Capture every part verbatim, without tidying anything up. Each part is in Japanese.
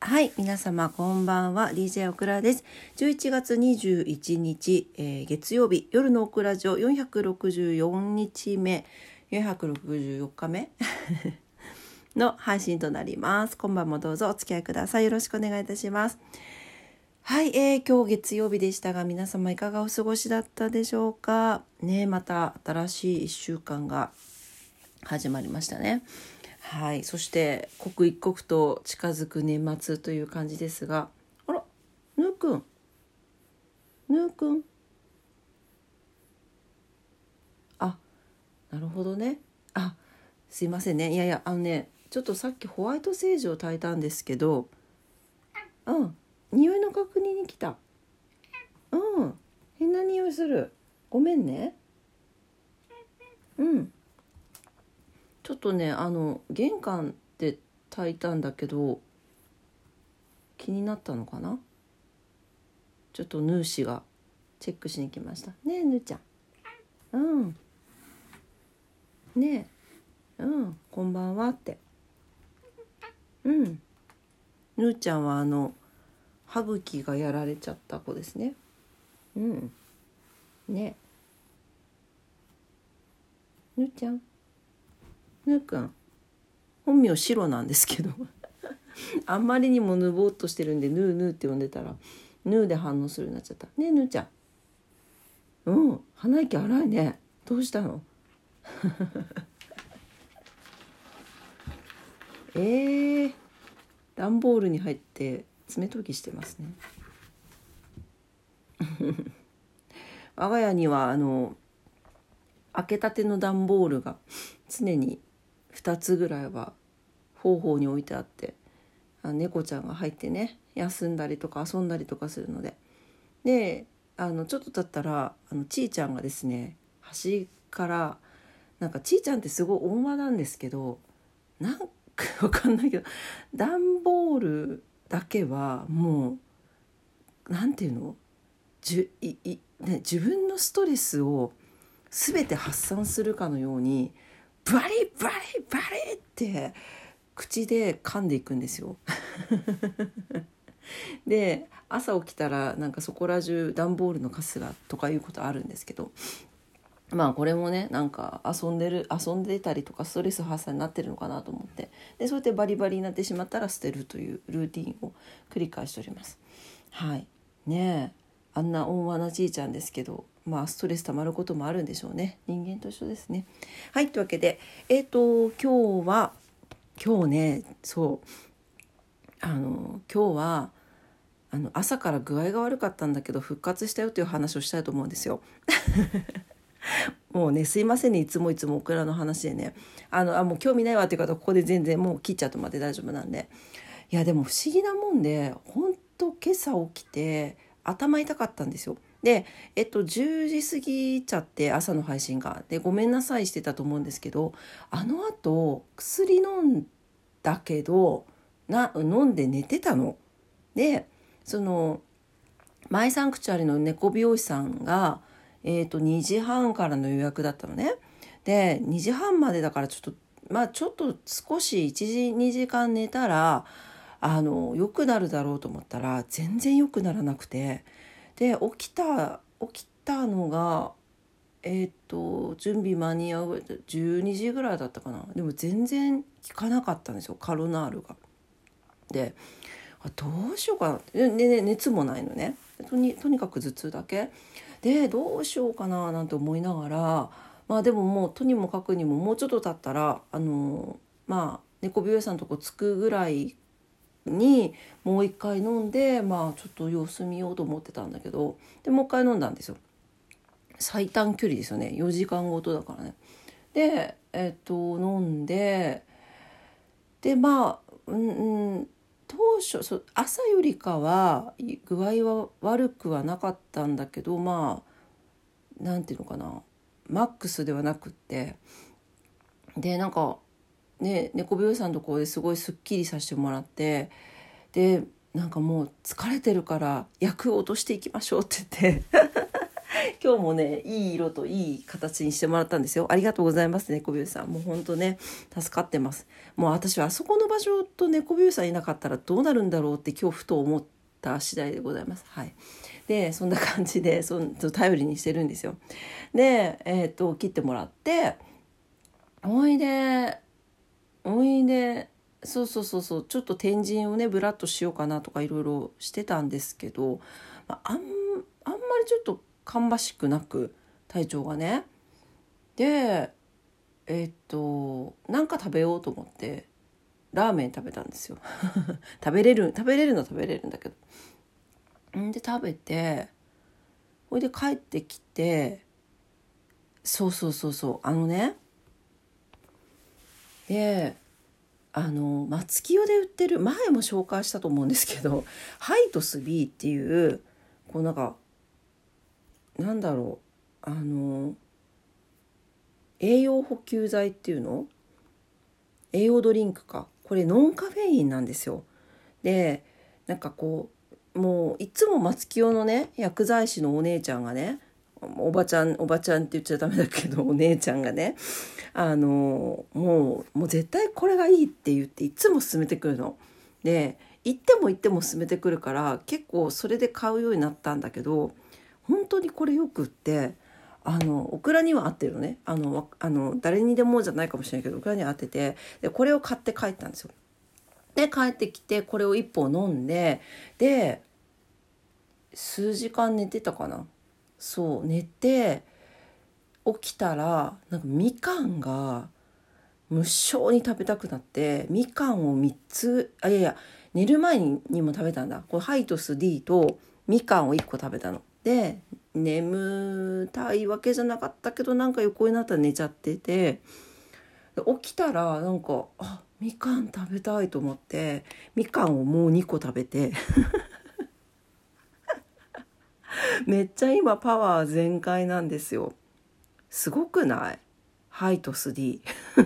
はい、皆様こんばんは。 ディージェー オクラです。じゅういちがつにじゅういちにち、えー、月曜日、夜のオクラジオよんひゃくろくじゅうよっかめよんひゃくろくじゅうよっかめの配信となります。今晩もどうぞお付き合いください。よろしくお願いいたします。はい、えー、今日月曜日でしたが、皆様いかがお過ごしだったでしょうかね。また新しいいっしゅうかんが始まりましたね。はい、そして刻一刻と近づく年末という感じですが、あら、ぬーくんぬーくんあ、なるほどね。あ、すいませんね。いやいや、あのね、ちょっとさっきホワイトセージを炊いたんですけど、うん匂いの確認に来た。うん変な匂いする。ごめんね。うんちょっとね、あの玄関で炊いたんだけど気になったのかな。ちょっとヌーシがチェックしに来ましたね。えヌーちゃん、うんねえ、うんこんばんはって。うんヌーちゃんはあの歯茎がやられちゃった子ですね。うんねえヌーちゃん、ヌーくん本名シロなんですけどあんまりにもぬぼーっとしてるんでヌーヌーって呼んでたらヌーで反応するようになっちゃった。ねえヌーちゃん、うん鼻息荒いね。どうしたのえー、段ボールに入って爪研ぎしてますね我が家にはあの開けたての段ボールが常にふたつぐらいは方々に置いてあって、あ猫ちゃんが入ってね休んだりとか遊んだりとかするので、であのちょっと経ったらあのちーちゃんがですね端からなんかちーちゃんってすごい温和なんですけど、なんかわかんないけど段ボールだけはもうなんていうのじゅいい、ね、自分のストレスを全て発散するかのようにバリバリバリって口で噛んでいくんですよで朝起きたらなんかそこら中段ボールのカスがとかいうことあるんですけど、まあこれもねなんか遊んでる遊んでたりとかストレス発散になってるのかなと思って、でそうやってバリバリになってしまったら捨てるというルーティンを繰り返しております。はいねえ、あんな温和なじいちゃんですけど、まあストレス溜まることもあるんでしょうね。人間と一緒ですね。はいというわけでえっ、と今日は今日ねそうあの今日はあの朝から具合が悪かったんだけど復活したよという話をしたいと思うんですよもうねすいませんね、いつもいつもオクラの話でねあのあもう興味ないわっていう方ここで全然もう切っちゃってもらって大丈夫なんで。いやでも不思議なもんで本当今朝起きて頭痛かったんですよ。でえっとじゅうじ過ぎちゃって朝の配信がでごめんなさいしてたと思うんですけど、あのあと薬飲んだけどな飲んで寝てたので、そのマイサンクチュアリの猫美容師さんがえー、とにじはんからの予約だったのね。でにじはんまでだからちょっとまあちょっと少しいちじにじかん寝たらあの良くなるだろうと思ったら全然良くならなくて、で起きた起きたのがえっ、と準備間に合うじゅうにじぐらいだったかな。でも全然効かなかったんですよ、カロナールが。でどうしようかな、ねね、熱もないのね。とに、とにかく頭痛だけでどうしようかななんて思いながら、まあでももうとにもかくにももうちょっと経ったらあのまあ猫美容師さんのとこ着くぐらいにもう一回飲んで、まあちょっと様子見ようと思ってたんだけど、でもう一回飲んだんですよ。最短距離ですよね、よじかんごとだからね。でえっと飲んででまあうんうん当初そ朝よりかは具合は悪くはなかったんだけど、まあなんていうのかなマックスではなくって、でなんかね猫美容師さんのところですごいすっきりさせてもらって、でなんかもう疲れてるから薬を落としていきましょうって言って今日もねいい色といい形にしてもらったんですよ。ありがとうございます猫ビューさん。もうほんとね助かってます。もう私はあそこの場所と猫ビューさんいなかったらどうなるんだろうって今日ふと思った次第でございます。はい。でそんな感じでそん頼りにしてるんですよ。でえっ、と切ってもらっておいでおいでそうそうそうそうちょっと天神をねブラッとしようかなとかいろいろしてたんですけど、まあ、あんあんまりちょっと芳しくなく体調がね。でえっとなんか食べようと思ってラーメン食べたんですよ。食べれる食べれるのは食べれるんだけど。んで食べてほいで帰ってきてそうそうそうそうあのねであの松清で売ってる前も紹介したと思うんですけどハイトス B っていうこうなんかなんだろうあの栄養補給剤っていうの栄養ドリンクかこれノンカフェインなんですよ。でなんかこうもういつも松清のね薬剤師のお姉ちゃんがねおばちゃんおばちゃんって言っちゃダメだけどお姉ちゃんがねあのもうもう絶対これがいいって言っていつも勧めてくるの。で行っても行っても勧めてくるから結構それで買うようになったんだけど本当にこれよくってあのオクラには合ってるのねあのあの誰にでもじゃないかもしれないけどオクラには合っててでこれを買って帰ったんですよ。で帰ってきてこれを一本飲んでで数時間寝てたかな。そう寝て起きたらなんかみかんが無性に食べたくなってみかんをみっつあいやいや寝る前ににも食べたんだ。これハイトス D とみかんをいっこ食べたので眠たいわけじゃなかったけどなんか横になったら寝ちゃってて起きたらなんかあみかん食べたいと思ってみかんをもうにこ食べてめっちゃ今パワー全開なんですよ。すごくないハイトス D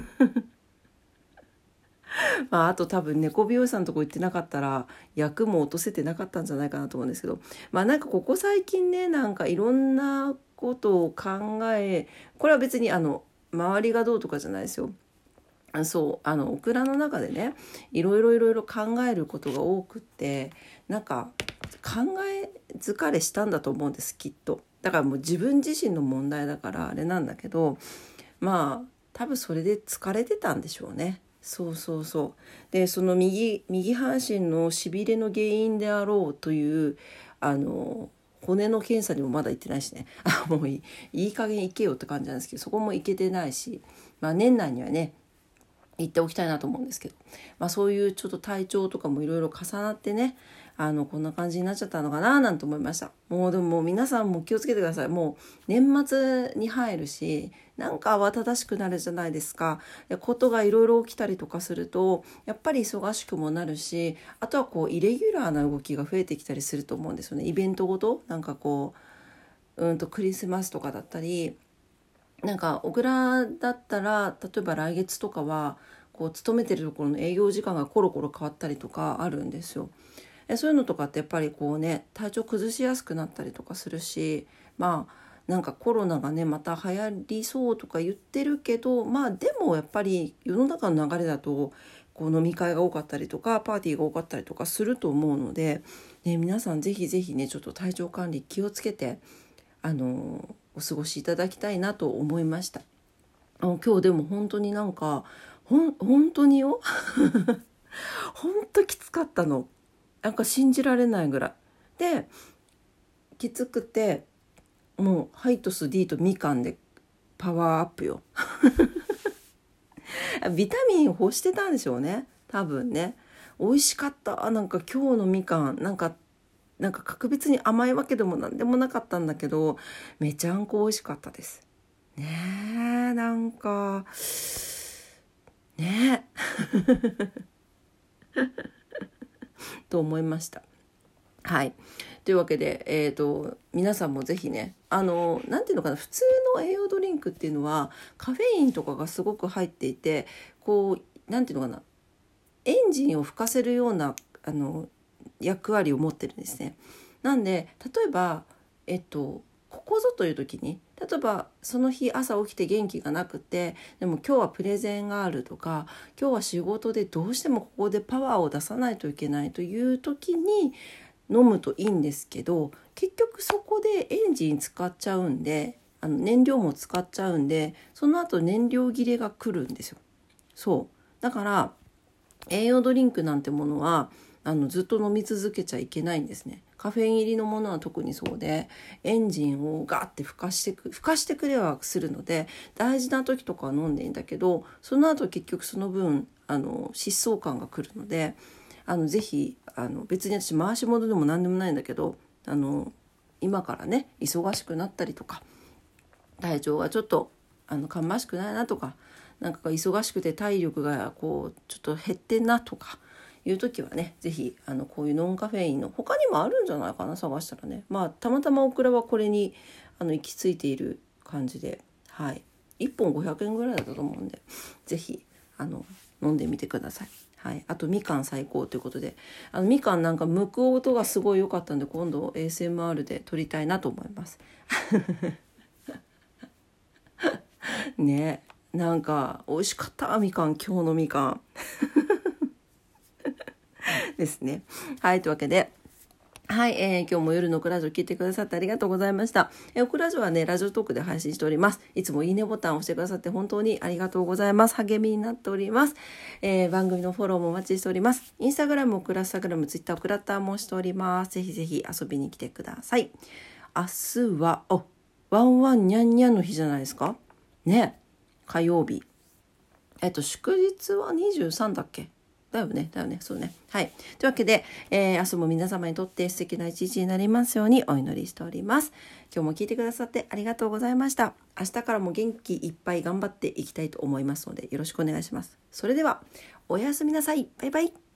まああと多分猫美容師さんのとこ行ってなかったら役も落とせてなかったんじゃないかなと思うんですけどまあなんかここ最近ねなんかいろんなことを考えこれは別にあの周りがどうとかじゃないですよ。そうあのオクラの中でねいろいろいろいろ考えることが多くってなんか考え疲れしたんだと思うんですきっと。だからもう自分自身の問題だからあれなんだけどまあ多分それで疲れてたんでしょうね。そうそうそうでその右右半身のしびれの原因であろうというあの骨の検査にもまだ行ってないしねあもういい、いい加減行けよって感じなんですけどそこも行けてないし、まあ、年内にはね行っておきたいなと思うんですけど、まあ、そういうちょっと体調とかもいろいろ重なってねあのこんな感じになっちゃったのかななんて思いました。もうでももう皆さんも気をつけてください。もう年末に入るしなんか慌ただしくなるじゃないですか。でことがいろいろ起きたりとかするとやっぱり忙しくもなるしあとはこうイレギュラーな動きが増えてきたりすると思うんですよね。イベントごとなんかこううんとクリスマスとかだったりなんか小倉だったら例えば来月とかはこう勤めてるところの営業時間がコロコロ変わったりとかあるんですよ。えそういうのとかってやっぱりこうね体調崩しやすくなったりとかするしまあなんかコロナがねまた流行りそうとか言ってるけどまあでもやっぱり世の中の流れだとこう飲み会が多かったりとかパーティーが多かったりとかすると思うので、ね、皆さんぜひぜひねちょっと体調管理気をつけてあのお過ごしいただきたいなと思いました。あの今日でも本当になんかほん本当によ本当きつかったの。なんか信じられないぐらいできつくてもうハイトス D とみかんでパワーアップよビタミン欲してたんでしょうね多分ね。美味しかった。なんか今日のみかんなんかなんか格別に甘いわけでもなんでもなかったんだけどめちゃんこ美味しかったですね。えなんかねと思いました。はいというわけで、えーと、皆さんもぜひねあのなんていうのかな普通の栄養ドリンクっていうのはカフェインとかがすごく入っていてこうなんていうのかなエンジンを吹かせるようなあの役割を持ってるんですね。なんで例えばえっとここぞという時に、例えばその日朝起きて元気がなくて、でも今日はプレゼンがあるとか、今日は仕事でどうしてもここでパワーを出さないといけないという時に飲むといいんですけど、結局そこでエンジン使っちゃうんで、あの燃料も使っちゃうんで、その後燃料切れが来るんですよ。そうだから栄養ドリンクなんてものはあのずっと飲み続けちゃいけないんですね。カフェイン入りのものは特にそうで、エンジンをガーってふかしてくふかしてくれはするので、大事な時とかは飲んでいいんだけど、その後結局その分あの疾走感が来るので、あのぜひあの別に私回し物でも何でもないんだけど、あの今からね忙しくなったりとか、体調がちょっとあの芳しくないなとか、なんか忙しくて体力がこうちょっと減ってんなとかいう時はね、ぜひあのこういうノンカフェインの他にもあるんじゃないかな、探したらね。まあたまたまオクラはこれにあの行き着いている感じで、はい、いっぽんごひゃくえんぐらいだったと思うんで、ぜひあの飲んでみてください。はい、あとみかん最高ということで、あのみかんなんか剥く音がすごい良かったんで、今度 エーエスエムアール で撮りたいなと思いますね。なんか美味しかったみかん、今日のみかんですね。はい、というわけで、はい、えー、今日も夜のオクラジオ聞いてくださってありがとうございました。えー、オクラジオはね、ラジオトークで配信しております。いつもいいねボタンを押してくださって本当にありがとうございます。励みになっております。えー、番組のフォローもお待ちしております。インスタグラム、オクラスタグラム、ツイッター、オクラッターもしております。ぜひぜひ遊びに来てください。明日は、お、ワンワンニャンニャンの日じゃないですかね。火曜日。えっと、祝日はにじゅうさんだっけだよね、だよね、そうね。はい。というわけで、えー、明日も皆様にとって素敵な一日になりますようにお祈りしております。今日も聞いてくださってありがとうございました。明日からも元気いっぱい頑張っていきたいと思いますので、よろしくお願いします。それでは、おやすみなさい。バイバイ。